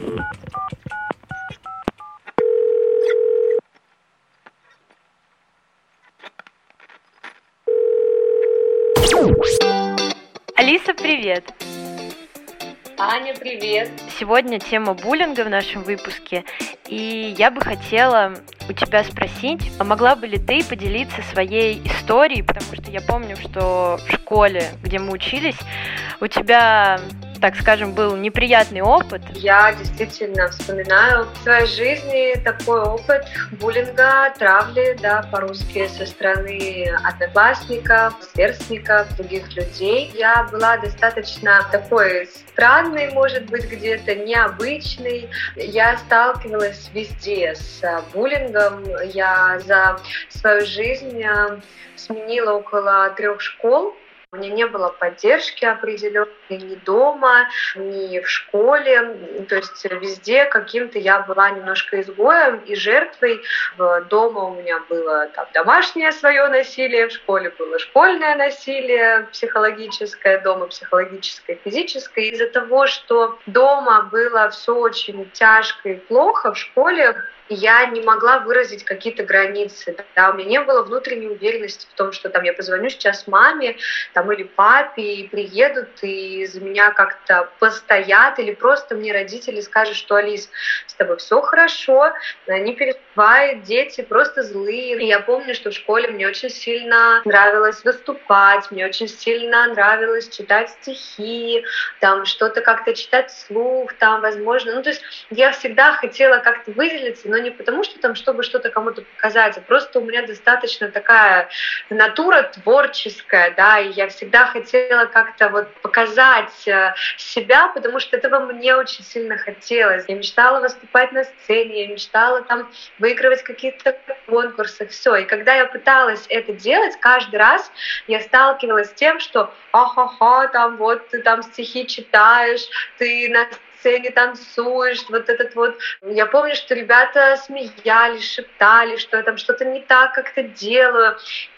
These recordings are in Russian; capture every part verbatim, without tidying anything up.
Алиса, привет! Аня, привет! Сегодня тема буллинга в нашем выпуске, и я бы хотела у тебя спросить, а могла бы ли ты поделиться своей историей, потому что я помню, что в школе, где мы учились, у тебя, так скажем, был неприятный опыт. Я действительно вспоминаю в своей жизни такой опыт буллинга, травли, да, по-русски, со стороны одноклассников, сверстников, других людей. Я была достаточно такой странной, может быть, где-то необычной. Я сталкивалась везде с буллингом. Я за свою жизнь сменила около трех школ. У меня не было поддержки определенной ни дома, ни в школе. То есть везде каким-то я была немножко изгоем и жертвой. Дома у меня было там домашнее свое насилие, в школе было школьное насилие, психологическое, дома психологическое, физическое. Из-за того, что дома было все очень тяжко и плохо, в школе я не могла выразить какие-то границы. Да, у меня не было внутренней уверенности в том, что там я позвоню сейчас маме там, или папе, и приедут, и за меня как-то постоят, или просто мне родители скажут, что Алис, с тобой все хорошо, не переживай, дети просто злые. И я помню, что в школе мне очень сильно нравилось выступать, мне очень сильно нравилось читать стихи, там что-то как-то читать вслух, там, возможно. Ну, то есть я всегда хотела как-то выделиться, но не потому, что там, чтобы что-то кому-то показать, а просто у меня достаточно такая натура творческая, да, и я всегда хотела как-то вот показать себя, потому что этого мне очень сильно хотелось. Я мечтала выступать на сцене, я мечтала там выигрывать какие-то конкурсы, все. И когда я пыталась это делать, каждый раз я сталкивалась с тем, что ха-ха-ха, там вот ты там стихи читаешь, ты на сцене танцуешь, вот этот вот. Я помню, что ребята смеялись, шептали, что я там что-то не так как-то делаю.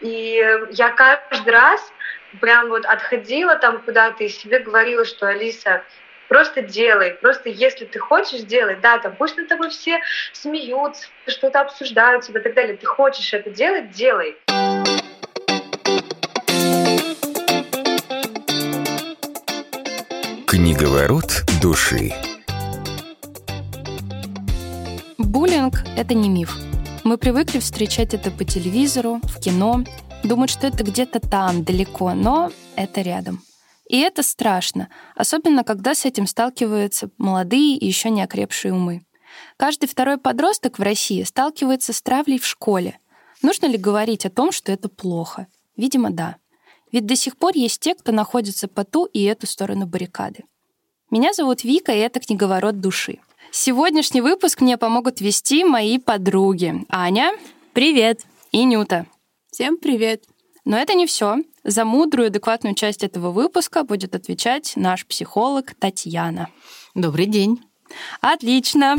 И я каждый раз прям вот отходила там куда-то и себе говорила, что Алиса, просто делай, просто если ты хочешь делать, да, там пусть над тобой все смеются, что-то обсуждают тебя и так далее, ты хочешь это делать, делай. Книговорот души. Буллинг – это не миф. Мы привыкли встречать это по телевизору, в кино, думать, что это где-то там, далеко, но это рядом. И это страшно, особенно когда с этим сталкиваются молодые и еще не окрепшие умы. Каждый второй подросток в России сталкивается с травлей в школе. Нужно ли говорить о том, что это плохо? Видимо, да. Ведь до сих пор есть те, кто находится по ту и эту сторону баррикады. Меня зовут Вика, и это «Книговорот души». Сегодняшний выпуск мне помогут вести мои подруги. Аня. Привет. И Нюта. Всем привет. Но это не все. За мудрую, адекватную часть этого выпуска будет отвечать наш психолог Татьяна. Добрый день. Отлично.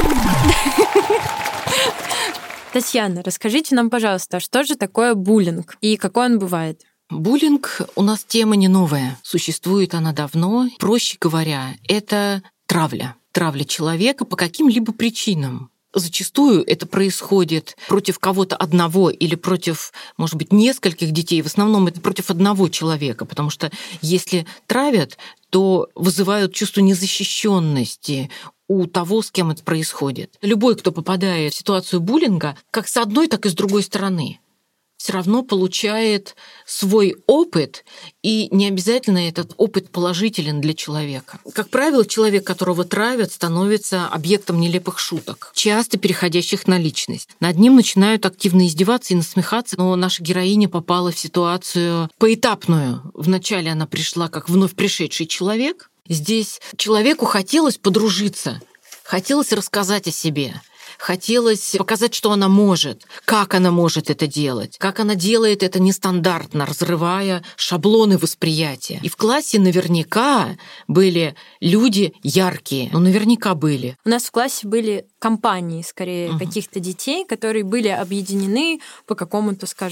Татьяна, расскажите нам, пожалуйста, что же такое буллинг и какой он бывает? Буллинг у нас тема не новая. Существует она давно. Проще говоря, это травля. Травля человека по каким-либо причинам. Зачастую это происходит против кого-то одного или против, может быть, нескольких детей. В основном это против одного человека, потому что если травят, то вызывают чувство незащищенности у того, с кем это происходит. Любой, кто попадает в ситуацию буллинга, как с одной, так и с другой стороны, все равно получает свой опыт, и не обязательно этот опыт положителен для человека. Как правило, человек, которого травят, становится объектом нелепых шуток, часто переходящих на личность. Над ним начинают активно издеваться и насмехаться, но наша героиня попала в ситуацию поэтапную. Вначале она пришла как вновь пришедший человек. Здесь человеку хотелось подружиться, хотелось рассказать о себе. Хотелось показать, что она может, как она может это делать, как она делает это нестандартно, разрывая шаблоны восприятия. И в классе наверняка были люди яркие, ну наверняка были. У нас в классе были компании, скорее, угу. каких-то детей, которые были объединены по какому-то, скажем,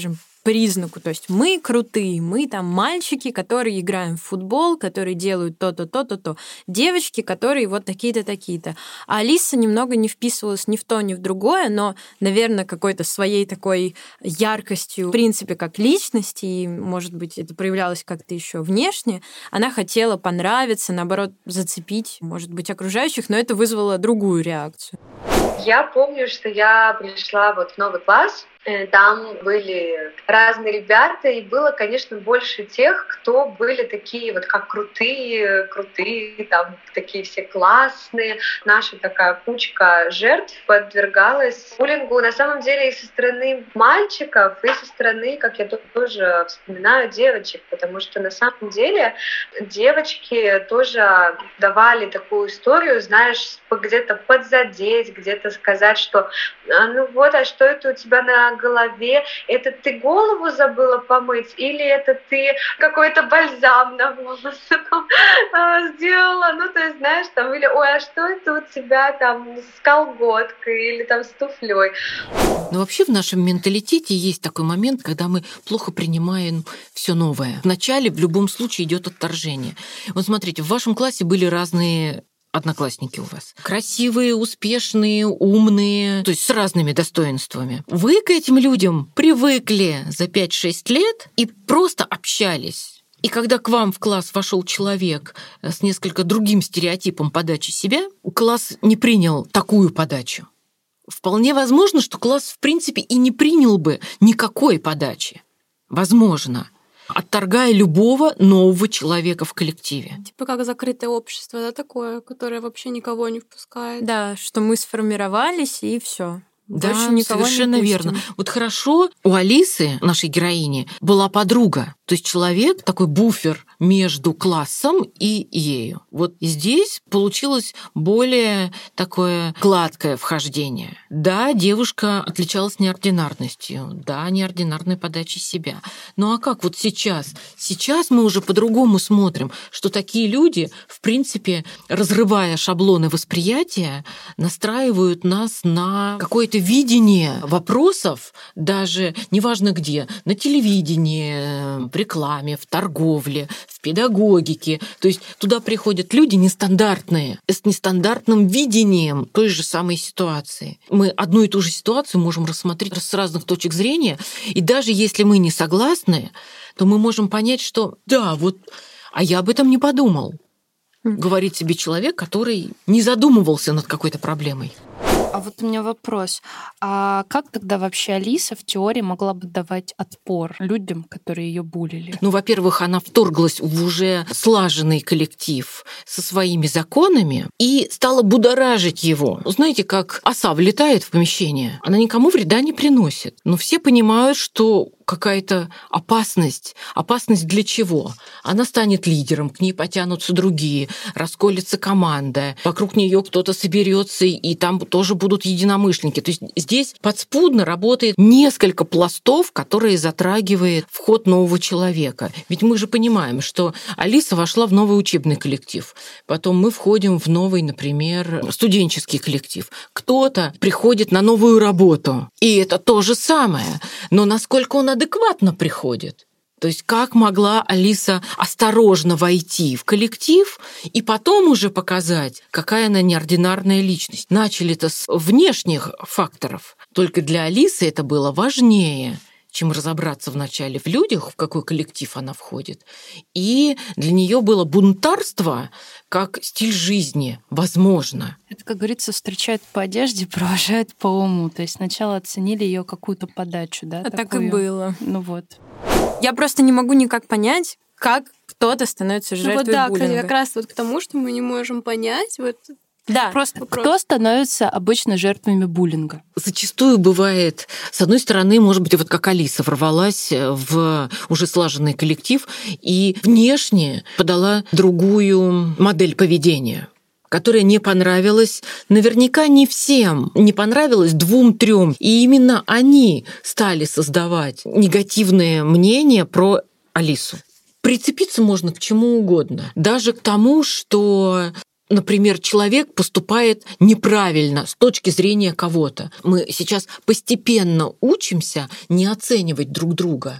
признаку. То есть мы крутые, мы там мальчики, которые играем в футбол, которые делают то-то, то-то, то. Девочки, которые вот такие-то, такие-то. А Алиса немного не вписывалась ни в то, ни в другое, но, наверное, какой-то своей такой яркостью, в принципе, как личности, и, может быть, это проявлялось как-то еще внешне, она хотела понравиться, наоборот, зацепить, может быть, окружающих, но это вызвало другую реакцию. Я помню, что я пришла вот в новый класс, там были разные ребята, и было, конечно, больше тех, кто были такие вот как крутые, крутые, там такие все классные. Наша такая кучка жертв подвергалась буллингу на самом деле и со стороны мальчиков, и со стороны, как я тоже вспоминаю, девочек, потому что на самом деле девочки тоже давали такую историю, знаешь, где-то подзадеть, где-то сказать, что ну вот, а что это у тебя на голове, это ты голову забыла помыть, или это ты какой-то бальзам на волосы сделала, ну, то есть, знаешь, там, или, ой, а что это у тебя там с колготкой, или там с туфлей. Но вообще в нашем менталитете есть такой момент, когда мы плохо принимаем все новое. Вначале в любом случае идет отторжение. Вот смотрите, в вашем классе были разные одноклассники у вас. Красивые, успешные, умные, то есть с разными достоинствами. Вы к этим людям привыкли за пять-шесть лет и просто общались. И когда к вам в класс вошел человек с несколько другим стереотипом подачи себя, класс не принял такую подачу. Вполне возможно, что класс, в принципе, и не принял бы никакой подачи. Возможно. Отторгая любого нового человека в коллективе. Типа как закрытое общество, да, такое, которое вообще никого не впускает. Да, что мы сформировались, и все. Да, совершенно верно. Вот хорошо, у Алисы, нашей героини, была подруга, то есть человек, такой буфер между классом и ею. Вот здесь получилось более такое гладкое вхождение. Да, девушка отличалась неординарностью, да, неординарной подачей себя. Ну а как вот сейчас? Сейчас мы уже по-другому смотрим, что такие люди, в принципе, разрывая шаблоны восприятия, настраивают нас на какое-то видение вопросов, даже неважно где, на телевидении, в рекламе, в торговле, в педагогике. То есть туда приходят люди нестандартные, с нестандартным видением той же самой ситуации. Мы одну и ту же ситуацию можем рассмотреть с разных точек зрения, и даже если мы не согласны, то мы можем понять, что да, вот, а я об этом не подумал. Говорит себе человек, который не задумывался над какой-то проблемой. А вот у меня вопрос. А как тогда вообще Алиса в теории могла бы давать отпор людям, которые ее буллили? Ну, во-первых, она вторглась в уже слаженный коллектив со своими законами и стала будоражить его. Знаете, как оса влетает в помещение, она никому вреда не приносит. Но все понимают, что какая-то опасность. Опасность для чего? Она станет лидером, к ней потянутся другие, расколется команда, вокруг нее кто-то соберется, и там тоже будут единомышленники. То есть здесь подспудно работает несколько пластов, которые затрагивает вход нового человека. Ведь мы же понимаем, что Алиса вошла в новый учебный коллектив, потом мы входим в новый, например, студенческий коллектив. Кто-то приходит на новую работу, и это то же самое. Но насколько он адекватно приходит. То есть как могла Алиса осторожно войти в коллектив и потом уже показать, какая она неординарная личность. Начали-то с внешних факторов. Только для Алисы это было важнее, чем разобраться вначале в людях, в какой коллектив она входит. И для нее было бунтарство как стиль жизни, возможно. Это, как говорится, встречают по одежде, провожают по уму. То есть сначала оценили ее какую-то подачу, да? А такую. Так и было. Ну вот. Я просто не могу никак понять, как кто-то становится жертвой ну, вот, да, буллинга. как раз вот к тому, что мы не можем понять, вот. Да. Просто вопрос. Кто становится обычно жертвами буллинга? Зачастую бывает, с одной стороны, может быть, вот как Алиса ворвалась в уже слаженный коллектив и внешне подала другую модель поведения, которая не понравилась наверняка не всем, не понравилась двум-трем. И именно они стали создавать негативное мнение про Алису. Прицепиться можно к чему угодно. Даже к тому, что например, человек поступает неправильно с точки зрения кого-то. Мы сейчас постепенно учимся не оценивать друг друга,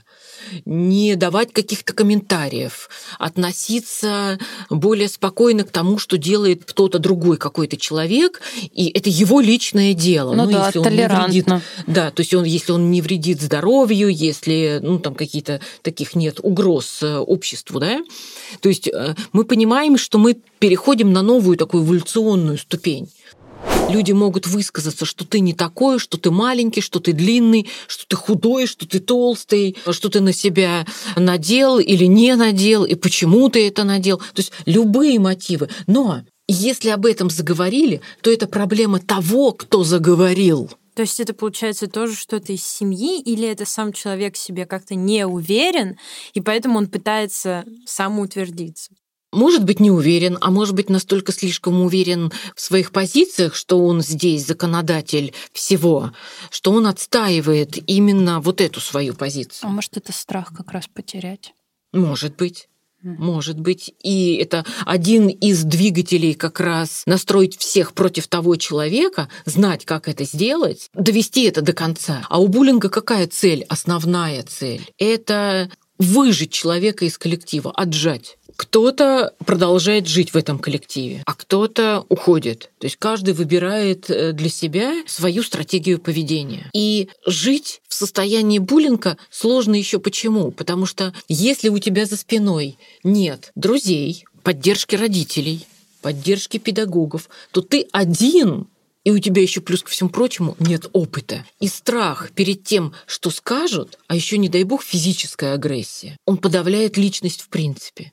не давать каких-то комментариев, относиться более спокойно к тому, что делает кто-то другой, какой-то человек, и это его личное дело. Ну, ну да, если толерантно. Он не вредит, да, то есть он, если он не вредит здоровью, если ну, там какие-то таких нет угроз обществу, да, то есть мы понимаем, что мы переходим на новую такую эволюционную ступень. Люди могут высказаться, что ты не такой, что ты маленький, что ты длинный, что ты худой, что ты толстый, что ты на себя надел или не надел, и почему ты это надел. То есть любые мотивы. Но если об этом заговорили, то это проблема того, кто заговорил. То есть это получается тоже что-то из семьи, или это сам человек в себе как-то не уверен, и поэтому он пытается самоутвердиться? Может быть, не уверен, а может быть, настолько слишком уверен в своих позициях, что он здесь законодатель всего, что он отстаивает именно вот эту свою позицию. А может, это страх как раз потерять? Может быть. Может быть. И это один из двигателей как раз настроить всех против того человека, знать, как это сделать, довести это до конца. А у буллинга какая цель? Основная цель – это выжать человека из коллектива, отжать. Кто-то продолжает жить в этом коллективе, а кто-то уходит. То есть каждый выбирает для себя свою стратегию поведения. И жить в состоянии буллинга сложно еще почему? Потому что если у тебя за спиной нет друзей, поддержки родителей, поддержки педагогов, то ты один, и у тебя еще плюс ко всему прочему нет опыта. И страх перед тем, что скажут, а еще, не дай бог, физическая агрессия, он подавляет личность в принципе.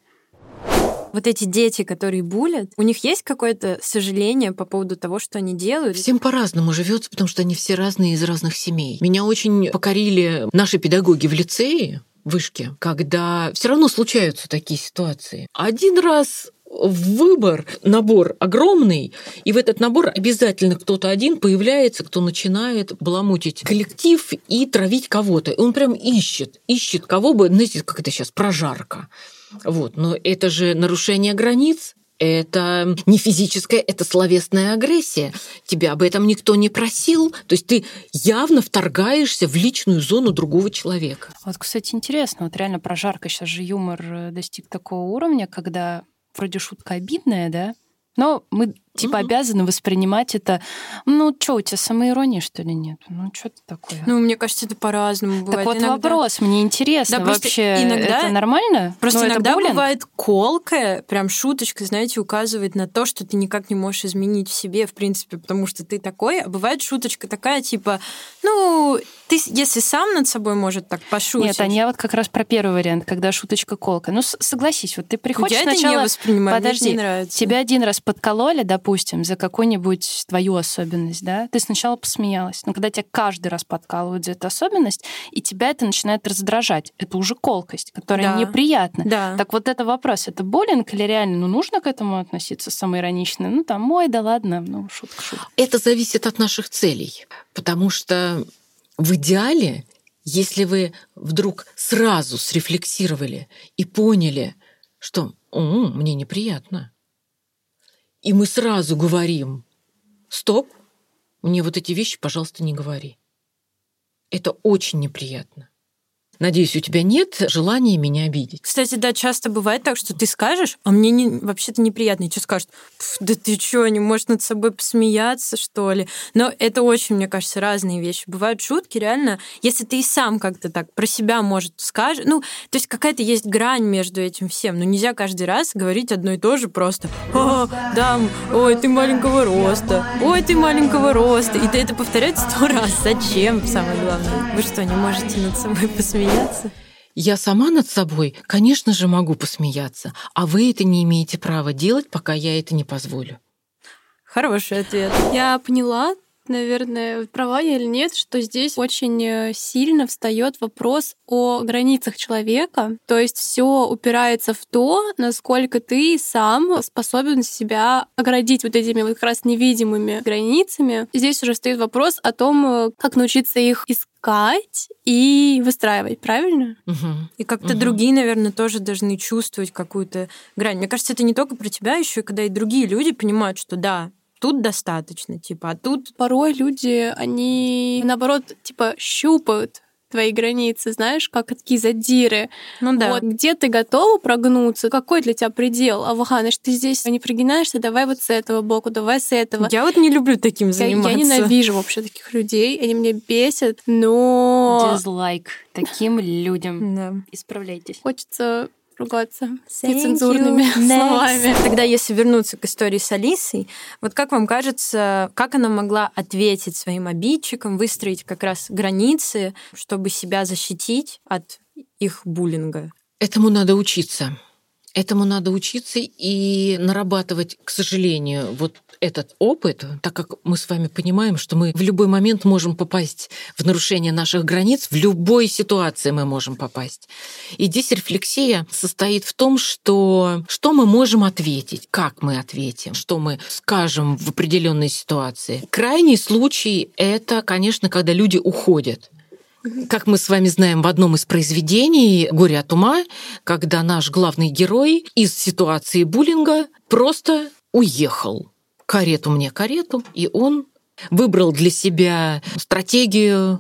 Вот эти дети, которые булят, у них есть какое-то сожаление по поводу того, что они делают? Всем по-разному живется, потому что они все разные из разных семей. Меня очень покорили наши педагоги в лицее, в вышке, когда все равно случаются такие ситуации. Один раз выбор, набор огромный, и в этот набор обязательно кто-то один появляется, кто начинает баламутить коллектив и травить кого-то. И он прям ищет, ищет кого бы, знаете, как это сейчас, прожарка. Вот. Но это же нарушение границ, это не физическая, это словесная агрессия. Тебя об этом никто не просил. То есть ты явно вторгаешься в личную зону другого человека. Вот, кстати, интересно, вот реально прожарка, сейчас же юмор достиг такого уровня, когда вроде шутка обидная, да, но мы типа mm-hmm. обязаны воспринимать это. Ну, что, у тебя самоиронии, что ли, нет? Ну, что это такое? Ну, мне кажется, это по-разному бывает. Так вот иногда... вопрос, мне интересно, да, вообще иногда... это нормально? Просто ну, иногда это бывает колкая, прям шуточка, знаете, указывает на то, что ты никак не можешь изменить в себе, в принципе, потому что ты такой, а бывает шуточка такая, типа, ну, ты, если сам над собой, может, так пошутишь. Нет, а я вот как раз про первый вариант, когда шуточка колка. Ну, согласись, вот ты приходишь я сначала... это не воспринимаю, Подожди, мне это не нравится. Тебя один раз подкололи, допустим, за какой какую-нибудь твою особенность, да, ты сначала посмеялась, но когда тебя каждый раз подкалывают за эту особенность, и тебя это начинает раздражать, это уже колкость, которая да. неприятна. Да. Так вот это вопрос, это буллинг или реально, ну, нужно к этому относиться самоиронично? Ну, там, ой, да ладно, ну, шутка, шутка. Это зависит от наших целей, потому что в идеале, если вы вдруг сразу срефлексировали и поняли, что «М, мне неприятно», и мы сразу говорим: стоп, мне вот эти вещи, пожалуйста, не говори. Это очень неприятно. Надеюсь, у тебя нет желания меня обидеть. Кстати, да, часто бывает так, что ты скажешь, а мне не, вообще-то неприятно. И что скажут? Да ты что, не можешь над собой посмеяться, что ли? Но это очень, мне кажется, разные вещи. Бывают шутки, реально, если ты и сам как-то так про себя, может, скажешь. Ну, то есть какая-то есть грань между этим всем. Но нельзя каждый раз говорить одно и то же просто. О, да, ой, ты маленького роста. Ой, ты маленького роста. И ты это повторять сто раз. Зачем, самое главное? Вы что, не можете над собой посмеяться? Я сама над собой, конечно же, могу посмеяться, а вы это не имеете права делать, пока я это не позволю. Хороший ответ. Я поняла наверное, права я или нет, что здесь очень сильно встает вопрос о границах человека. То есть все упирается в то, насколько ты сам способен себя оградить вот этими вот как раз невидимыми границами. Здесь уже стоит вопрос о том, как научиться их искать и выстраивать, правильно? Угу. И как-то угу. другие, наверное, тоже должны чувствовать какую-то грань. Мне кажется, это не только про тебя, еще и когда и другие люди понимают, что да, тут достаточно, типа, а тут... Порой люди, они, наоборот, типа, щупают твои границы, знаешь, как такие задиры. Ну да. Вот где ты готова прогнуться, какой для тебя предел? А, Ага, значит, ты здесь не прогинаешься, давай вот с этого боку, давай с этого. Я вот не люблю таким заниматься. Я, я ненавижу вообще таких людей, они меня бесят, но... Дизлайк таким людям. Да. Исправляйтесь. Хочется ругаться Thank нецензурными you. словами. Тогда, если вернуться к истории с Алисой, вот как вам кажется, как она могла ответить своим обидчикам, выстроить как раз границы, чтобы себя защитить от их буллинга? Этому надо учиться. Этому надо учиться и нарабатывать, к сожалению, вот этот опыт, так как мы с вами понимаем, что мы в любой момент можем попасть в нарушение наших границ, в любой ситуации мы можем попасть. И здесь рефлексия состоит в том, что, что мы можем ответить, как мы ответим, что мы скажем в определенной ситуации. Крайний случай — это, конечно, когда люди уходят. Как мы с вами знаем в одном из произведений «Горе от ума», когда наш главный герой из ситуации буллинга просто уехал. Карету мне, карету, и он выбрал для себя стратегию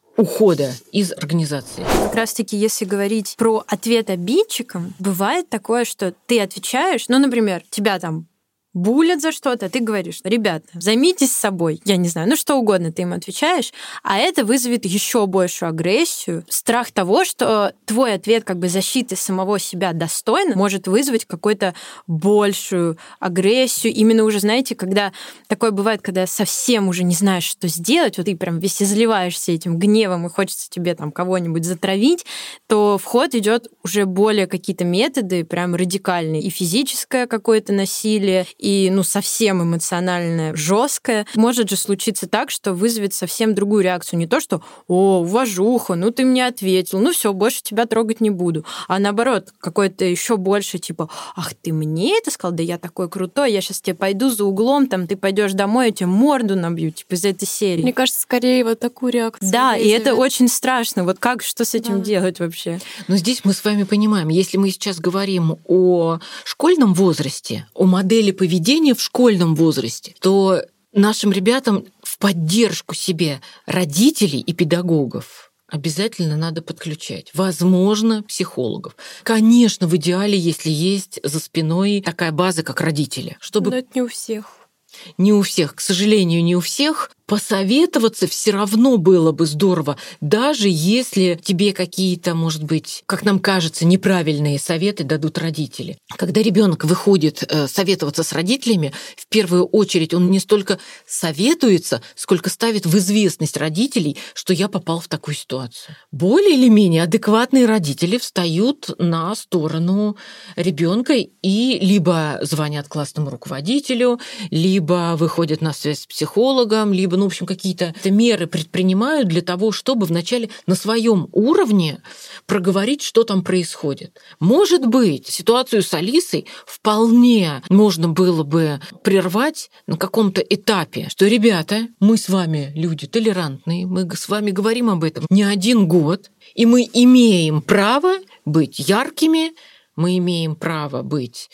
ухода из организации. Как раз-таки, если говорить про ответ обидчикам, бывает такое, что ты отвечаешь, ну, например, тебя там булят за что-то, ты говоришь: ребята, займитесь собой, я не знаю, ну что угодно ты им отвечаешь, а это вызовет еще большую агрессию, страх того, что твой ответ как бы защиты самого себя достойно может вызвать какую-то большую агрессию. Именно уже, знаете, когда такое бывает, когда совсем уже не знаешь, что сделать, вот ты прям весь изливаешься этим гневом и хочется тебе там кого-нибудь затравить, то в ход идет уже более какие-то методы, прям радикальные, и физическое какое-то насилие, и ну, совсем эмоциональное, жесткое. Может же случиться так, что вызовет совсем другую реакцию. Не то, что «О, уважуха, ну ты мне ответил, ну все, больше тебя трогать не буду». А наоборот, какое-то еще больше, типа «Ах, ты мне это сказал? Да я такой крутой, я сейчас тебе пойду за углом, там ты пойдешь домой, я тебе морду набью», типа из этой серии. Мне кажется, скорее вот такую реакцию. Да, вызовет. и это очень страшно. Вот как, что с этим Да. делать вообще? Но здесь мы с вами понимаем, если мы сейчас говорим о школьном возрасте, о модели поведения в школьном возрасте, то нашим ребятам в поддержку себе родителей и педагогов обязательно надо подключать. Возможно, психологов. Конечно, в идеале, если есть за спиной такая база, как родители. Чтобы... Но это не у всех. Не у всех, к сожалению, не у всех. Посоветоваться все равно было бы здорово, даже если тебе какие-то, может быть, как нам кажется, неправильные советы дадут родители. Когда ребенок выходит советоваться с родителями, в первую очередь он не столько советуется, сколько ставит в известность родителей, что я попал в такую ситуацию. Более или менее адекватные родители встают на сторону ребенка и либо звонят классному руководителю, либо выходят на связь с психологом, либо ну, в общем, какие-то меры предпринимают для того, чтобы вначале на своем уровне проговорить, что там происходит. Может быть, ситуацию с Алисой вполне можно было бы прервать на каком-то этапе, что, ребята, мы с вами люди толерантные, мы с вами говорим об этом не один год, и мы имеем право быть яркими, мы имеем право быть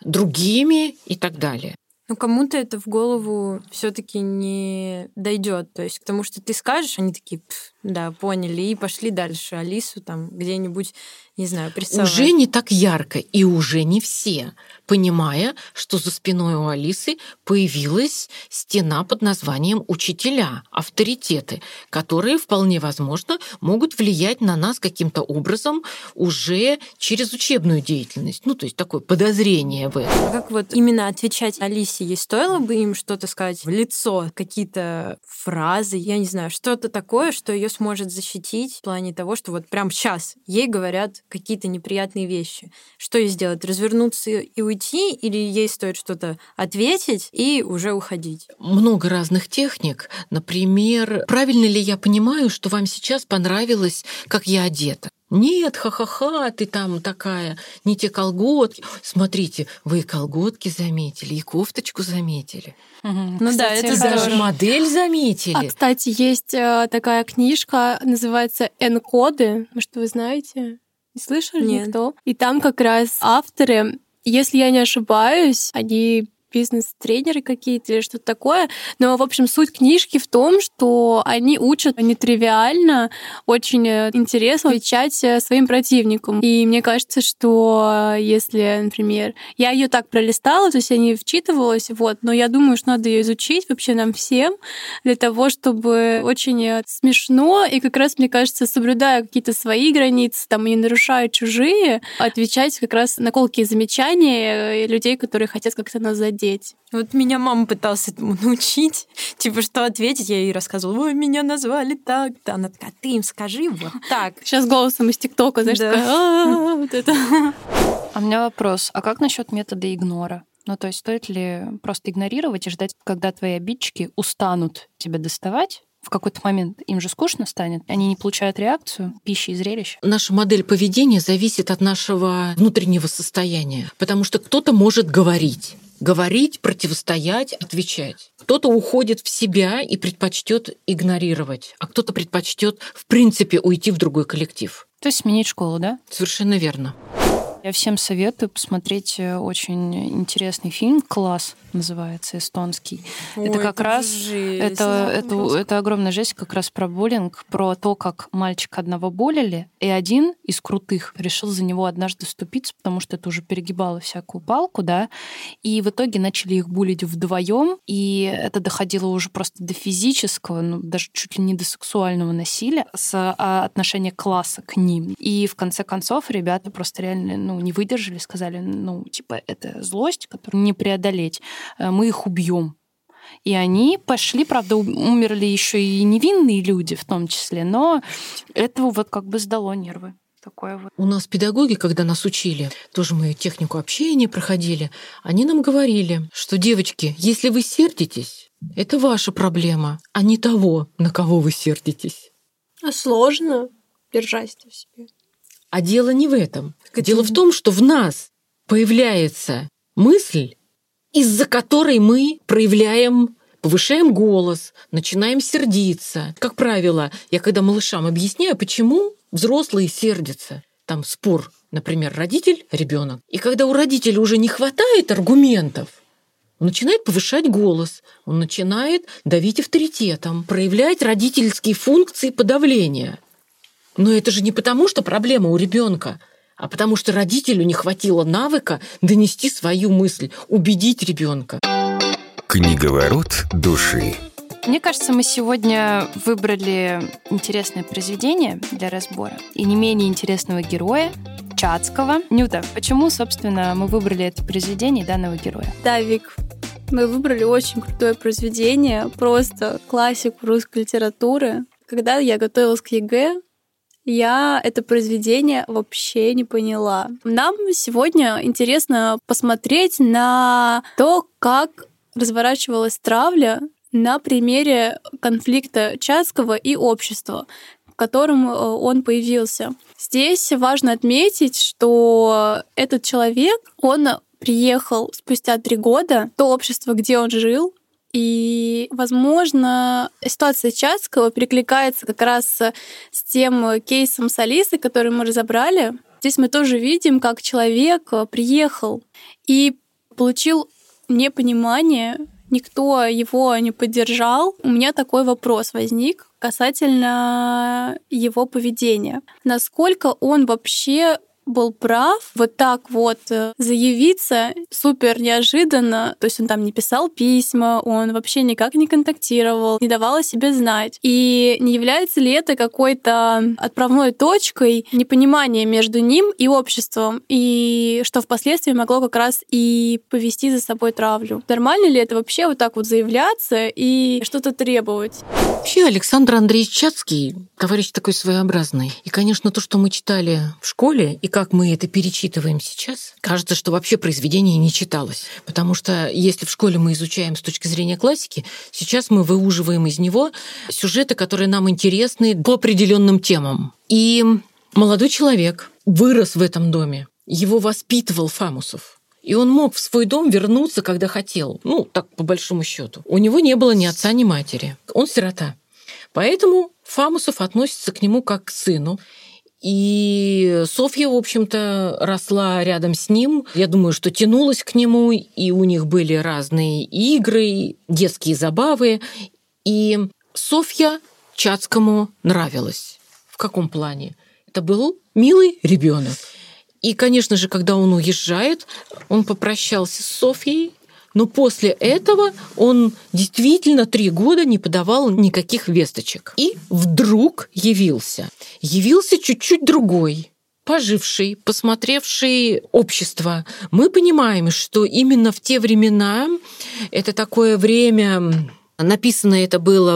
другими и так далее. Ну, кому-то это в голову все-таки не дойдет. То есть к тому, что ты скажешь, они такие, да, поняли, и пошли дальше Алису там где-нибудь, не знаю, прессовать. Уже не так ярко, и уже не все, понимая, что за спиной у Алисы появилась стена под названием «учителя», авторитеты, которые, вполне возможно, могут влиять на нас каким-то образом уже через учебную деятельность. Ну, то есть такое подозрение в этом. Как вот именно отвечать Алисе? Ей стоило бы им что-то сказать в лицо, какие-то фразы, я не знаю, что-то такое, что ее сможет защитить в плане того, что вот прям сейчас ей говорят какие-то неприятные вещи. Что ей сделать? Развернуться и уйти? Или ей стоит что-то ответить и уже уходить? Много разных техник. Например, правильно ли я понимаю, что вам сейчас понравилось, как я одета? Нет, ха-ха-ха, ты там такая, не те колготки. Смотрите, вы и колготки заметили, и кофточку заметили. Угу. Ну кстати, да, это даже здорово. Модель заметили. А, кстати, есть э, такая книжка, называется «Н-коды». Может, вы знаете? Не слышали Нет. никто? И там как раз авторы, если я не ошибаюсь, они бизнес-тренеры какие-то или что-то такое. Но, в общем, суть книжки в том, что они учат нетривиально, очень интересно отвечать своим противникам. И мне кажется, что если, например, я ее так пролистала, то есть я не вчитывалась, вот, но я думаю, что надо ее изучить вообще нам всем для того, чтобы очень смешно и как раз, мне кажется, соблюдая какие-то свои границы, там, и не нарушая чужие, отвечать как раз на колкие замечания людей, которые хотят как-то нас задеть. Вот меня мама пыталась этому научить. Типа, что ответить, я ей рассказывала, ой, меня назвали так-то. Она такая, ты им скажи вот так. Сейчас голосом из ТикТока, знаешь, Да. такая, вот это. А у меня вопрос. А как насчет метода игнора? Ну, то есть стоит ли просто игнорировать и ждать, когда твои обидчики устанут тебя доставать? В какой-то момент им же скучно станет, они не получают реакцию, пищи и зрелища. Наша модель поведения зависит от нашего внутреннего состояния, потому что кто-то может говорить, говорить, противостоять, отвечать. Кто-то уходит в себя и предпочтет игнорировать, а кто-то предпочтет в принципе уйти в другой коллектив. То есть сменить школу, да? Совершенно верно. Я всем советую посмотреть очень интересный фильм «Класс» называется, эстонский. Ой, это как это раз жесть. это, это, это огромная жесть как раз про буллинг, про то, как мальчика одного буллили, и один из крутых решил за него однажды вступиться, потому что это уже перегибало всякую палку, да, и в итоге начали их буллить вдвоем, и это доходило уже просто до физического, ну, даже чуть ли не до сексуального насилия с а, отношения класса к ним. И в конце концов ребята просто реально, ну, не выдержали, сказали, ну, типа, это злость, которую не преодолеть, мы их убьем. И они пошли, правда, умерли еще и невинные люди в том числе, но этого вот как бы сдало нервы. Такое вот. У нас педагоги, когда нас учили, тоже мы технику общения проходили, они нам говорили, что, девочки, если вы сердитесь, это ваша проблема, а не того, на кого вы сердитесь. А сложно держать это в себе. А дело не в этом. Дело в том, что в нас появляется мысль, из-за которой мы проявляем, повышаем голос, начинаем сердиться. Как правило, я когда малышам объясняю, почему взрослые сердятся. Там спор, например, родитель, ребенок. И когда у родителя уже не хватает аргументов, он начинает повышать голос, он начинает давить авторитетом, проявлять родительские функции подавления. Но это же не потому, что проблема у ребенка, а потому что родителю не хватило навыка донести свою мысль, убедить ребенка. Книговорот души. Мне кажется, мы сегодня выбрали интересное произведение для разбора и не менее интересного героя Чацкого. Нюта, почему, собственно, мы выбрали это произведение и данного героя? Да, Вик, мы выбрали очень крутое произведение, просто классику русской литературы. Когда я готовилась к ЕГЭ, я это произведение вообще не поняла. Нам сегодня интересно посмотреть на то, как разворачивалась травля на примере конфликта Чацкого и общества, в котором он появился. Здесь важно отметить, что этот человек, он приехал спустя три года в то общество, где он жил, и, возможно, ситуация Чацкого перекликается как раз с тем кейсом с Алисой, который мы разобрали. Здесь мы тоже видим, как человек приехал и получил непонимание, никто его не поддержал. У меня такой вопрос возник касательно его поведения. Насколько он вообще был прав. Вот так вот заявиться супер неожиданно. То есть он там не писал письма, он вообще никак не контактировал, не давал о себе знать. И не является ли это какой-то отправной точкой непонимания между ним и обществом, и что впоследствии могло как раз и повести за собой травлю? Нормально ли это вообще вот так вот заявляться и что-то требовать? Вообще Александр Андреевич Чацкий товарищ такой своеобразный. И, конечно, то, что мы читали в школе, и как мы это перечитываем сейчас, кажется, что вообще произведение не читалось. Потому что если в школе мы изучаем с точки зрения классики, сейчас мы выуживаем из него сюжеты, которые нам интересны по определенным темам. И молодой человек вырос в этом доме, его воспитывал Фамусов. И он мог в свой дом вернуться, когда хотел. Ну, так, по большому счету. У него не было ни отца, ни матери. Он сирота. Поэтому Фамусов относится к нему как к сыну. И Софья, в общем-то, росла рядом с ним. Я думаю, что тянулась к нему, и у них были разные игры, детские забавы. И Софья Чацкому нравилась. В каком плане? Это был милый ребенок. И, конечно же, когда он уезжает, он попрощался с Софьей, но после этого он действительно три года не подавал никаких весточек. И вдруг явился. Явился чуть-чуть другой, поживший, посмотревший общество. Мы понимаем, что именно в те времена, это такое время... Написано это было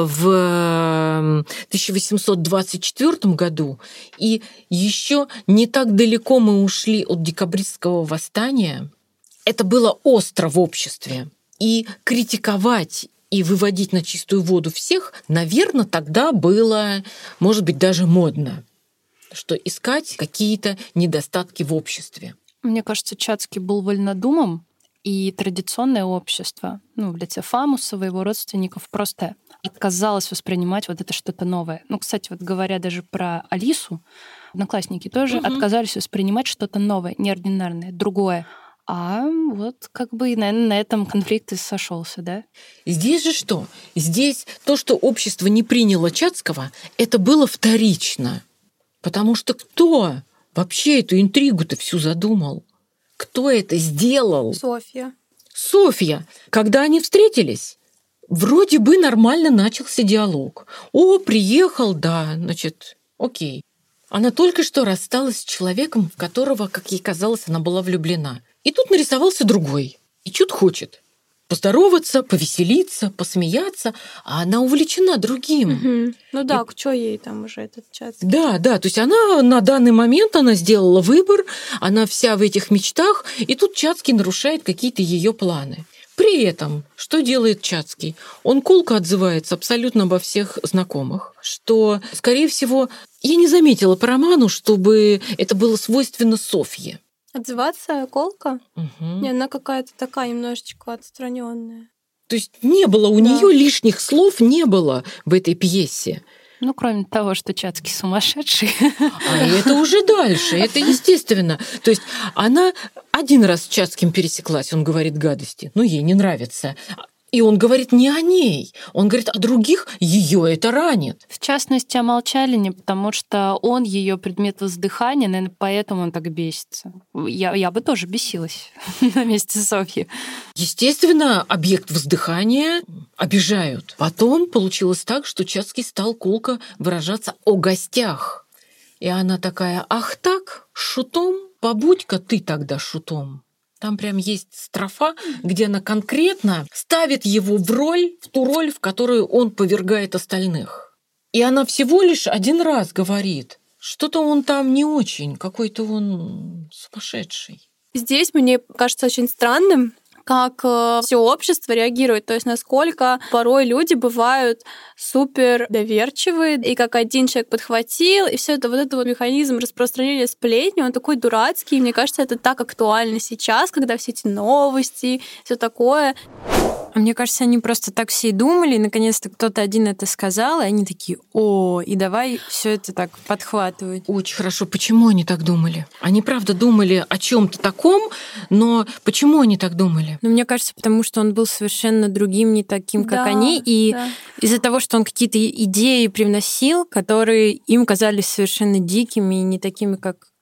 в тысяча восемьсот двадцать четвёртом году, и еще не так далеко мы ушли от декабристского восстания. Это было остро в обществе. И критиковать и выводить на чистую воду всех, наверное, тогда было, может быть, даже модно, что искать какие-то недостатки в обществе. Мне кажется, Чацкий был вольнодумом, и традиционное общество, ну, в лице Фамусова и его родственников, просто отказалось воспринимать вот это что-то новое. Ну, кстати, вот говоря даже про Алису, одноклассники тоже угу. отказались воспринимать что-то новое, неординарное, другое. А вот как бы, наверное, на этом конфликт и сошелся, да? Здесь же что? Здесь то, что общество не приняло Чацкого, это было вторично. Потому что кто вообще эту интригу-то всю задумал? Кто это сделал? Софья. Софья. Когда они встретились, вроде бы нормально начался диалог. О, приехал, да, значит, окей. Она только что рассталась с человеком, в которого, как ей казалось, она была влюблена. И тут нарисовался другой. И чё-то хочет. Поздороваться, повеселиться, посмеяться, а она увлечена другим. Угу. Ну да, и... что ей там уже этот Чацкий? Да, да, то есть она на данный момент она сделала выбор, она вся в этих мечтах, и тут Чацкий нарушает какие-то ее планы. При этом, что делает Чацкий? Он колко отзывается абсолютно обо всех знакомых, что, скорее всего, я не заметила по роману, чтобы это было свойственно Софье. Отзываться колко? Угу. Не, она какая-то такая немножечко отстраненная. То есть не было у да. нее лишних слов, не было в этой пьесе. Ну, кроме того, что Чацкий сумасшедший. А это уже дальше, это естественно. То есть она один раз с Чацким пересеклась, он говорит гадости, но ей не нравится. И он говорит не о ней, он говорит о других, ее это ранит. В частности, о Молчалине, потому что он ее предмет воздыхания, наверное, поэтому он так бесится. Я, я бы тоже бесилась на месте Софьи. Естественно, объект воздыхания обижают. Потом получилось так, что Чацкий стал колко выражаться о гостях. И она такая: ах так, шутом? Побудь-ка ты тогда шутом. Там прям есть строфа, где она конкретно ставит его в роль, в ту роль, в которую он повергает остальных. И она всего лишь один раз говорит, что-то он там не очень, какой-то он сумасшедший. Здесь мне кажется очень странным, как все общество реагирует, то есть насколько порой люди бывают супер доверчивые, и как один человек подхватил, и все это вот этот вот механизм распространения сплетни, он такой дурацкий, и мне кажется, это так актуально сейчас, когда все эти новости, все такое. Мне кажется, они просто так все и думали, и наконец-то кто-то один это сказал, и они такие: о, и давай все это так подхватывать. Очень хорошо. Почему они так думали? Они правда думали о чем-то таком, но почему они так думали? Ну, мне кажется, потому что он был совершенно другим, не таким, как да, они, и да. из-за того, что он какие-то идеи привносил, которые им казались совершенно дикими и не такими, как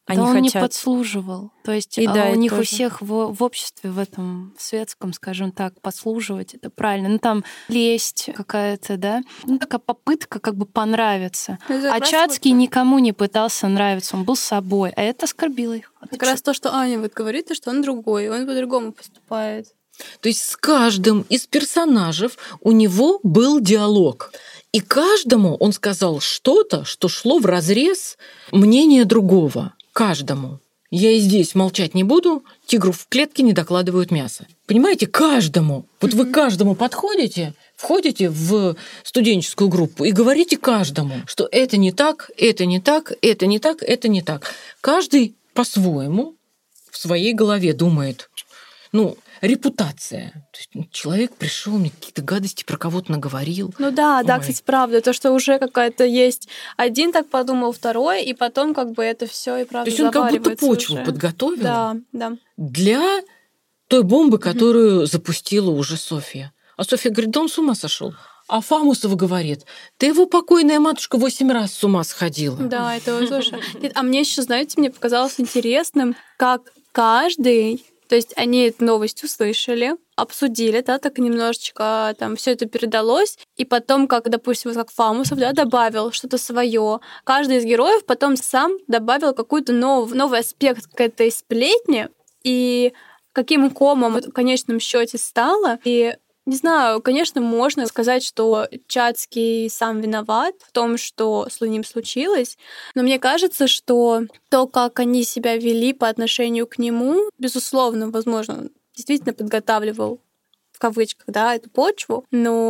Они да он хотят. не подслуживал. То есть И а да, у это них у тоже. всех в, в обществе, в этом в светском, скажем так, подслуживать, это правильно. Ну там лесть какая-то, да? Ну такая попытка как бы понравиться. Это А как раз Чацкий вот- никому не пытался нравиться, он был собой, а это оскорбило их. А ты Как раз то, что Аня вот говорит, то, что он другой, он по-другому поступает. То есть с каждым из персонажей у него был диалог. И каждому он сказал что-то, что шло вразрез мнения другого. Каждому. Я и здесь молчать не буду, тигру в клетке не докладывают мясо. Понимаете, каждому. Вот вы каждому подходите, входите в студенческую группу и говорите каждому, что это не так, это не так, это не так, это не так. Каждый по-своему в своей голове думает, ну, репутация. То есть человек пришел, мне какие-то гадости про кого-то наговорил. Ну да, да, Ой. кстати, правда, то, что уже какая-то есть. Один так подумал, второй, и потом как бы это все и правда То есть он как будто заваривается почву уже. подготовил Да, да. для той бомбы, которую запустила уже Софья. А Софья говорит, да он с ума сошел. А Фамусова говорит, да его покойная матушка восемь раз с ума сходила. Да, это вот тоже. Нет, а мне еще, знаете, мне показалось интересным, как каждый, то есть они эту новость услышали, обсудили, да, так немножечко там все это передалось, и потом, как, допустим, вот как Фамусов, да, добавил что-то свое, каждый из героев потом сам добавил какой-то нов, новый аспект к этой сплетне, и каким комом это в конечном счете стало, и не знаю, конечно, можно сказать, что Чацкий сам виноват в том, что с ним случилось, но мне кажется, что то, как они себя вели по отношению к нему, безусловно, возможно, он действительно подготавливал, в кавычках, да, эту почву,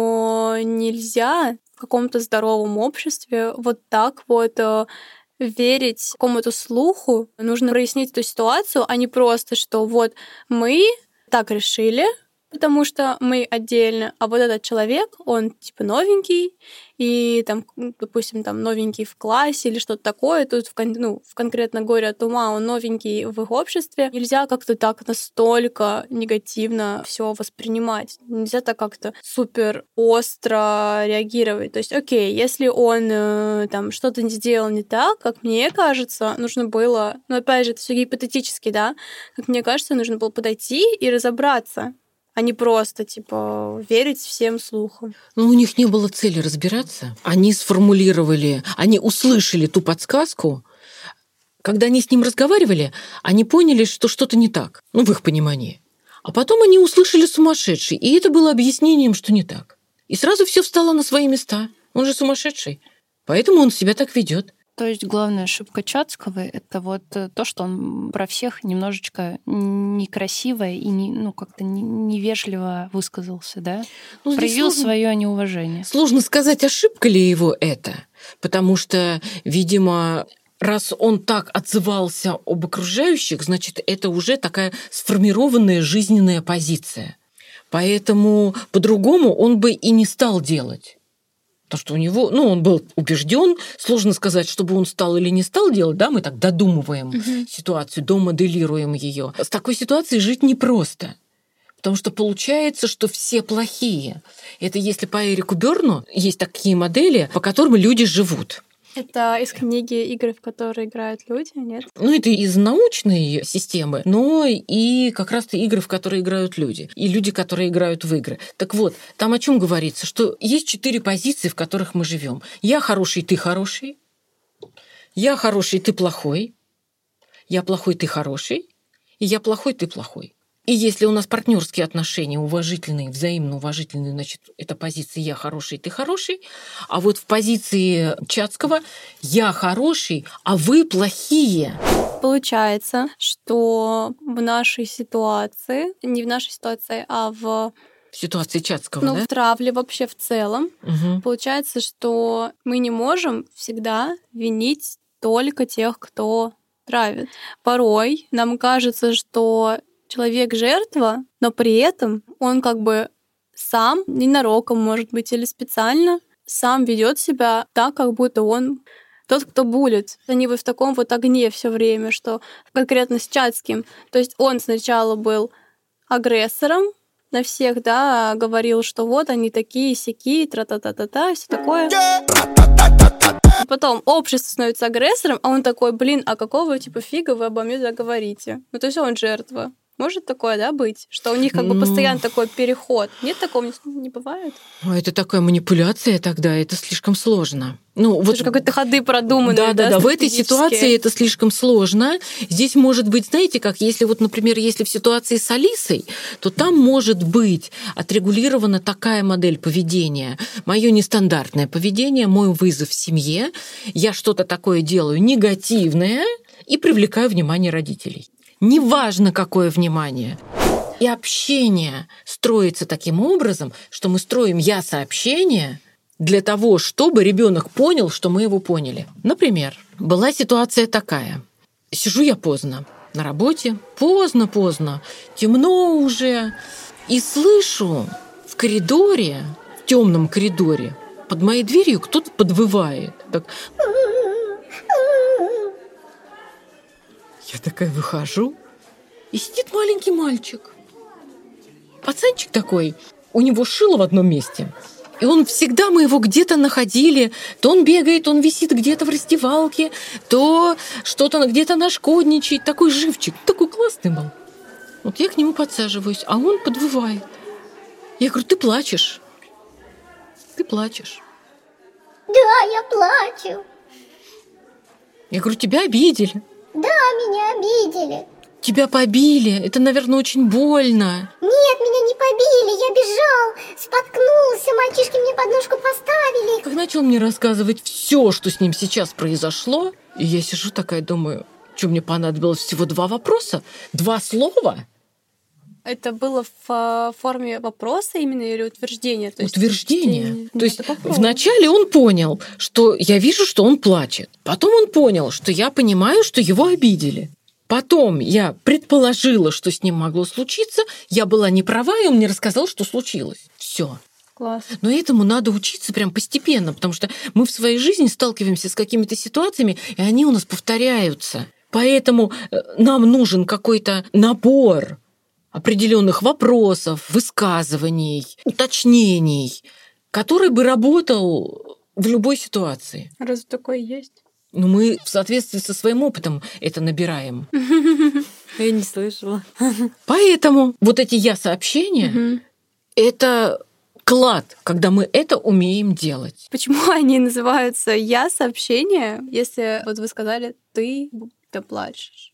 но нельзя в каком-то здоровом обществе вот так вот э, верить какому-то слуху. Нужно прояснить эту ситуацию, а не просто, что вот мы так решили, потому что мы отдельно, а вот этот человек, он типа новенький, и там, допустим, там новенький в классе или что-то такое, тут в, кон- ну, в конкретно горе от ума он новенький в их обществе. Нельзя как-то так настолько негативно все воспринимать. Нельзя так как-то супер остро реагировать. То есть, окей, если он э, там что-то не сделал не так, как мне кажется, нужно было, ну опять же, это все гипотетически, да, как мне кажется, нужно было подойти и разобраться, а не просто, типа, верить всем слухам. Но у них не было цели разбираться. Они сформулировали, они услышали ту подсказку. Когда они с ним разговаривали, они поняли, что что-то не так, ну, в их понимании. А потом они услышали сумасшедший, и это было объяснением, что не так. И сразу все встало на свои места. Он же сумасшедший, поэтому он себя так ведет. То есть главная ошибка Чацкого — это вот то, что он про всех немножечко некрасиво и не, ну, как-то невежливо высказался, да? Ну, Проявил сложно, свое неуважение. Сложно сказать, ошибка ли его это, потому что, видимо, раз он так отзывался об окружающих, значит, это уже такая сформированная жизненная позиция. Поэтому по-другому он бы и не стал делать. Потому что у него, ну, он был убежден, сложно сказать, чтобы он стал или не стал делать, да, мы так додумываем uh-huh. ситуацию, домоделируем ее. С такой ситуацией жить непросто, потому что получается, что все плохие. Это если по Эрику Бёрну есть такие модели, по которым люди живут. Это из книги «Игры, в которые играют люди», нет? Ну, это из научной системы, но и как раз-то игры, в которые играют люди. И люди, которые играют в игры. Так вот, там о чем говорится? Что есть четыре позиции, в которых мы живем. Я хороший, ты хороший. Я хороший, ты плохой. Я плохой, ты хороший. И я плохой, ты плохой. И если у нас партнерские отношения уважительные, взаимно уважительные, значит, это позиция «я хороший, ты хороший», а вот в позиции Чацкого «я хороший, а вы плохие». Получается, что в нашей ситуации, не в нашей ситуации, а в В ситуации Чацкого, ну, да? в травле вообще в целом, Угу. получается, что мы не можем всегда винить только тех, кто травит. Порой нам кажется, что человек жертва, но при этом он как бы сам, ненароком, может быть, или специально, сам ведет себя так, как будто он тот, кто булит. Они вот в таком вот огне все время, что конкретно с Чацким. То есть он сначала был агрессором на всех, да, говорил, что вот они такие, сякие, тра-та-та-та-та, все такое. Потом общество становится агрессором, а он такой, блин, а какого типа фига вы обо мне так говорите? Ну, то есть он жертва. Может такое, да, быть? Что у них как бы постоянно такой переход. Нет такого? Не бывает? Это такая манипуляция тогда, это слишком сложно. Ну, это вот же какой-то ходы продуманные, да, да, да, да. В этой ситуации это слишком сложно. Здесь может быть, знаете, как если вот, например, если в ситуации с Алисой, то там может быть отрегулирована такая модель поведения. Мое нестандартное поведение, мой вызов в семье. Я что-то такое делаю негативное и привлекаю внимание родителей. Неважно, какое внимание. И общение строится таким образом, что мы строим я-сообщение для того, чтобы ребенок понял, что мы его поняли. Например, была ситуация такая. Сижу я поздно на работе, поздно-поздно, темно уже, и слышу в коридоре, в темном коридоре, под моей дверью кто-то подвывает. Так. Я такая выхожу, и сидит маленький мальчик. Пацанчик такой, у него шило в одном месте. И он всегда, мы его где-то находили. То он бегает, он висит где-то в раздевалке, то что-то где-то нашкодничает. Такой живчик, такой классный был. Вот я к нему подсаживаюсь, а он подвывает. Я говорю, ты плачешь. Ты плачешь. Да, я плачу. Я говорю, тебя обидели. Да, меня обидели. Тебя побили. Это, наверное, очень больно. Нет, меня не побили. Я бежал, споткнулся, мальчишки мне подножку поставили. Как начал мне рассказывать все, что с ним сейчас произошло, и я сижу такая, думаю, что мне понадобилось всего два вопроса? Два слова? Это было в форме вопроса именно или утверждения? То есть утверждение. Чтение. То есть вначале он понял, что я вижу, что он плачет. Потом он понял, что я понимаю, что его обидели. Потом я предположила, что с ним могло случиться. Я была не права, и он мне рассказал, что случилось. Все. Класс. Но этому надо учиться прям постепенно, потому что мы в своей жизни сталкиваемся с какими-то ситуациями, и они у нас повторяются. Поэтому нам нужен какой-то набор определенных вопросов, высказываний, уточнений, который бы работал в любой ситуации. Разве такое есть? Ну, мы в соответствии со своим опытом это набираем. Я не слышала. Поэтому вот эти я-сообщения — это клад, когда мы это умеем делать. Почему они называются я-сообщения, если вот вы сказали «ты, ты плачешь»?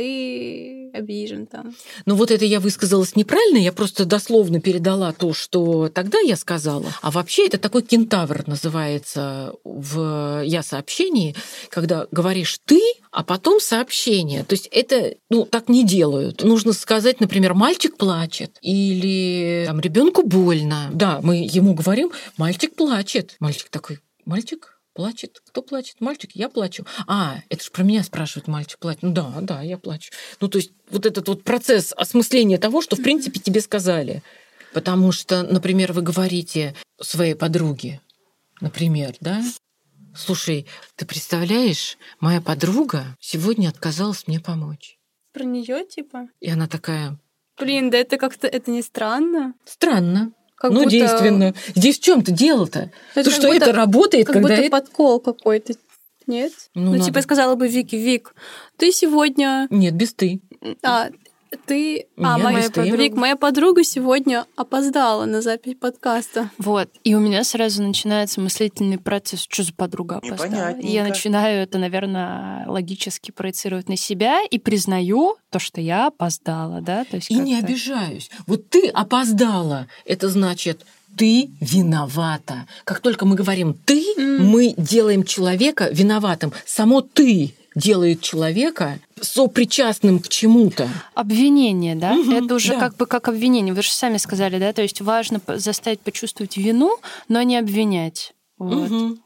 Ты обижен там. Ну вот это я высказалась неправильно, я просто дословно передала то, что тогда я сказала. А вообще это такой кентавр называется в я-сообщении, когда говоришь «ты», а потом сообщение. То есть это, ну, так не делают. Нужно сказать, например, «мальчик плачет» или там, «ребенку больно». Да, мы ему говорим «мальчик плачет». Мальчик такой «мальчик?» Плачет? Кто плачет? Мальчик? Я плачу. А, это же про меня спрашивают, мальчик плачет. Ну да, да, я плачу. Ну то есть вот этот вот процесс осмысления того, что в принципе тебе сказали. Потому что, например, вы говорите своей подруге, например, да? Слушай, ты представляешь, моя подруга сегодня отказалась мне помочь. Про нее типа? И она такая... Блин, да это как-то, это не странно? Странно. Как ну, будто... действенно. Здесь в чем-то дело-то? Это То, что будто, это работает, как когда... будто это... подкол какой-то. Нет? Ну, ну надо... типа сказала бы Вики, Вик, ты сегодня... Нет, без «ты». А, ты... Нет, а, моя подруга. Вик, моя подруга сегодня опоздала на запись подкаста. Вот. И у меня сразу начинается мыслительный процесс, что за подруга опоздала. И я начинаю это, наверное, логически проецировать на себя и признаю то, что я опоздала, да? То есть и не обижаюсь. Вот ты опоздала, это значит... Ты виновата. Как только мы говорим «ты», mm. мы делаем человека виноватым. Само «ты» делает человека сопричастным к чему-то. Обвинение, да? Угу, это уже да. как бы как обвинение. Вы же сами сказали, да? То есть важно заставить почувствовать вину, но не обвинять. Вот. Угу.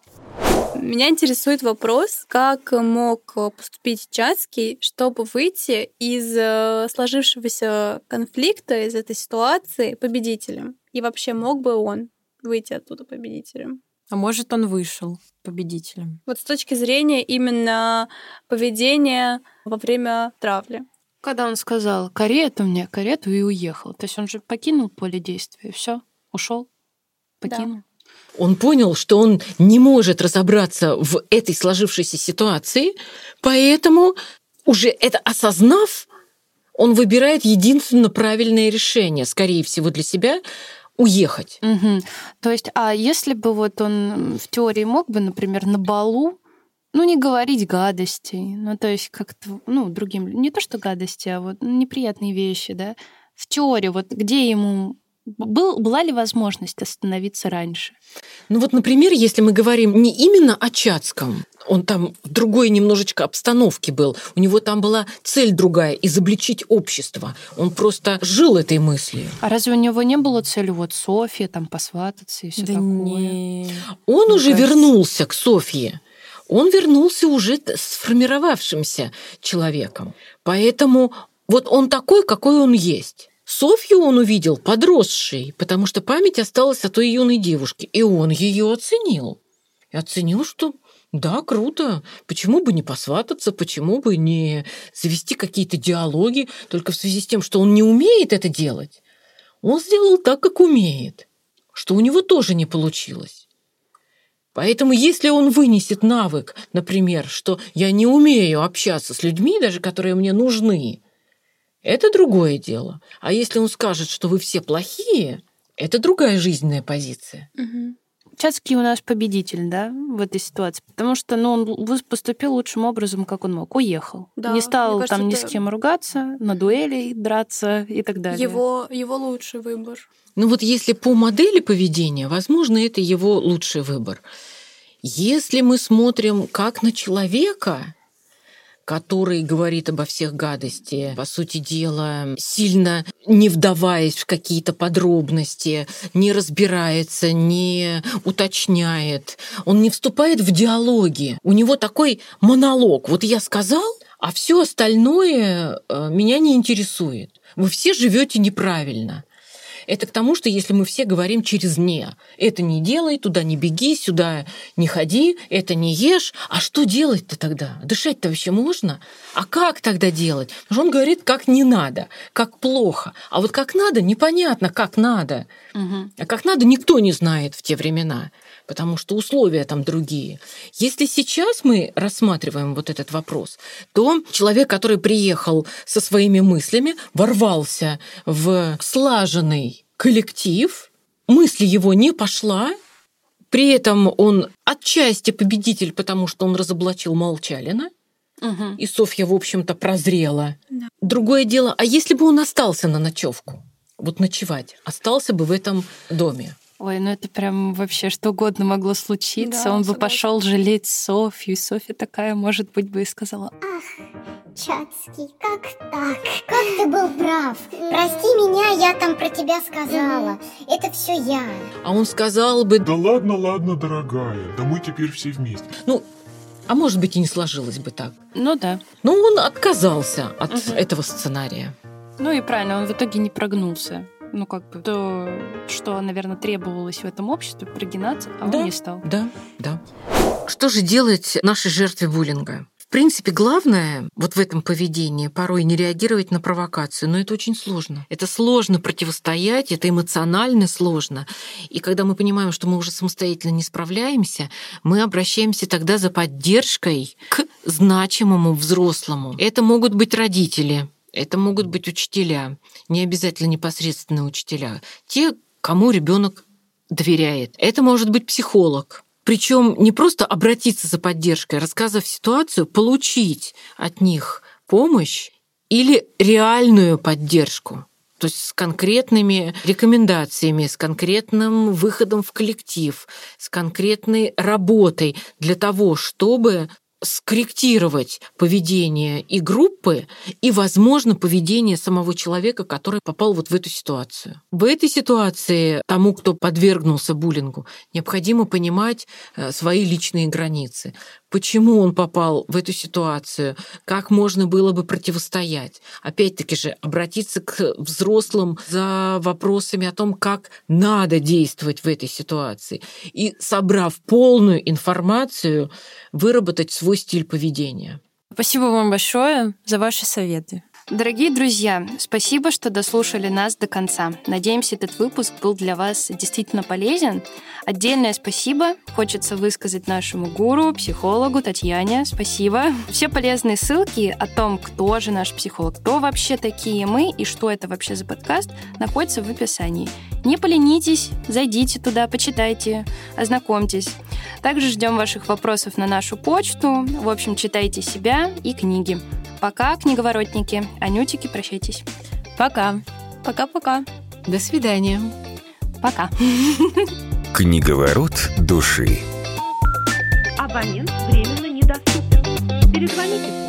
Меня интересует вопрос, как мог поступить Чацкий, чтобы выйти из сложившегося конфликта, из этой ситуации победителем. И вообще мог бы он выйти оттуда победителем? А может, он вышел победителем? Вот с точки зрения именно поведения во время травли. Когда он сказал «карету мне, карету» и уехал. То есть он же покинул поле действия, все, ушел, покинул. Да. Он понял, что он не может разобраться в этой сложившейся ситуации, поэтому, уже это осознав, он выбирает единственно правильное решение, скорее всего, для себя — уехать. Угу. То есть, а если бы вот он в теории мог бы, например, на балу, ну, не говорить гадостей, ну, то есть как-то, ну, другим, не то что гадости, а вот неприятные вещи, да, в теории, вот где ему... Был, была ли возможность остановиться раньше? Ну вот, например, если мы говорим не именно о Чацком, он там в другой немножечко обстановке был, у него там была цель другая – изобличить общество. Он просто жил этой мыслью. А разве у него не было цели вот Софья, там, посвататься и все Да такое? не... Он Мне уже кажется... вернулся к Софье. Он вернулся уже сформировавшимся человеком. Поэтому вот он такой, какой он есть. Софью он увидел подросшей, потому что память осталась о той юной девушке, и он ее оценил. И оценил, что да, круто, почему бы не посвататься, почему бы не завести какие-то диалоги, только в связи с тем, что он не умеет это делать, он сделал так, как умеет, что у него тоже не получилось. Поэтому если он вынесет навык, например, что я не умею общаться с людьми, даже которые мне нужны, это другое дело. А если он скажет, что вы все плохие, это другая жизненная позиция. Угу. Чацкий у нас победитель, да, в этой ситуации, потому что, ну, он поступил лучшим образом, как он мог. Уехал. Да, не стал кажется, там ни это... с кем ругаться, на дуэли драться и так далее. Его, его лучший выбор. Ну вот если по модели поведения, возможно, это его лучший выбор. Если мы смотрим как на человека, который говорит обо всех гадости, по сути дела, сильно не вдаваясь в какие-то подробности, не разбирается, не уточняет, он не вступает в диалоги. У него такой монолог. Вот я сказал, а все остальное меня не интересует. Вы все живете неправильно. Это к тому, что если мы все говорим через «не», это не делай, туда не беги, сюда не ходи, это не ешь, а что делать-то тогда? Дышать-то вообще можно? А как тогда делать? Потому что он говорит, как не надо, как плохо. А вот как надо, непонятно, как надо. Угу. А как надо, никто не знает в те времена, потому что условия там другие. Если сейчас мы рассматриваем вот этот вопрос, то человек, который приехал со своими мыслями, ворвался в слаженный коллектив, мысль его не пошла, при этом он отчасти победитель, потому что он разоблачил Молчалина, угу. и Софья, в общем-то, прозрела. Да. Другое дело, а если бы он остался на ночевку, вот ночевать, остался бы в этом доме? Ой, ну это прям вообще что угодно могло случиться. Да, он согласна. бы пошел жалеть Софью, и Софья такая, может быть, бы и сказала: ах, Чацкий, как так? Как ты был прав? Прости меня, я там про тебя сказала. Это все я. А он сказал бы: да ладно, ладно, дорогая, да мы теперь все вместе. Ну, а может быть, и не сложилось бы так. Ну да. Но он отказался от угу. этого сценария. Ну и правильно, он в итоге не прогнулся. Ну, как бы то, что, наверное, требовалось в этом обществе, прогинаться, а да, он не стал. Да, да. Что же делать нашей жертве буллинга? В принципе, главное вот в этом поведении порой не реагировать на провокацию, но это очень сложно. Это сложно противостоять, это эмоционально сложно. И когда мы понимаем, что мы уже самостоятельно не справляемся, мы обращаемся тогда за поддержкой к значимому взрослому. Это могут быть родители, это могут быть учителя, не обязательно непосредственно учителя, те, кому ребенок доверяет. Это может быть психолог. Причем не просто обратиться за поддержкой, рассказав ситуацию, получить от них помощь или реальную поддержку. То есть с конкретными рекомендациями, с конкретным выходом в коллектив, с конкретной работой для того, чтобы скорректировать поведение и группы, и, возможно, поведение самого человека, который попал вот в эту ситуацию. В этой ситуации тому, кто подвергнулся буллингу, необходимо понимать свои личные границы. Почему он попал в эту ситуацию, как можно было бы противостоять. Опять-таки же, обратиться к взрослым за вопросами о том, как надо действовать в этой ситуации. И, собрав полную информацию, выработать свой стиль поведения. Спасибо вам большое за ваши советы. Дорогие друзья, спасибо, что дослушали нас до конца. Надеемся, этот выпуск был для вас действительно полезен. Отдельное спасибо хочется высказать нашему гуру, психологу Татьяне. Спасибо. Все полезные ссылки о том, кто же наш психолог, кто вообще такие мы и что это вообще за подкаст, находятся в описании. Не поленитесь, зайдите туда, почитайте, ознакомьтесь. Также ждем ваших вопросов на нашу почту. В общем, читайте себя и книги. Пока, книговоротники. Анютики, прощайтесь. Пока. Пока-пока. До свидания. Пока. Книговорот души. Абонент временно недоступен. Перезвоните.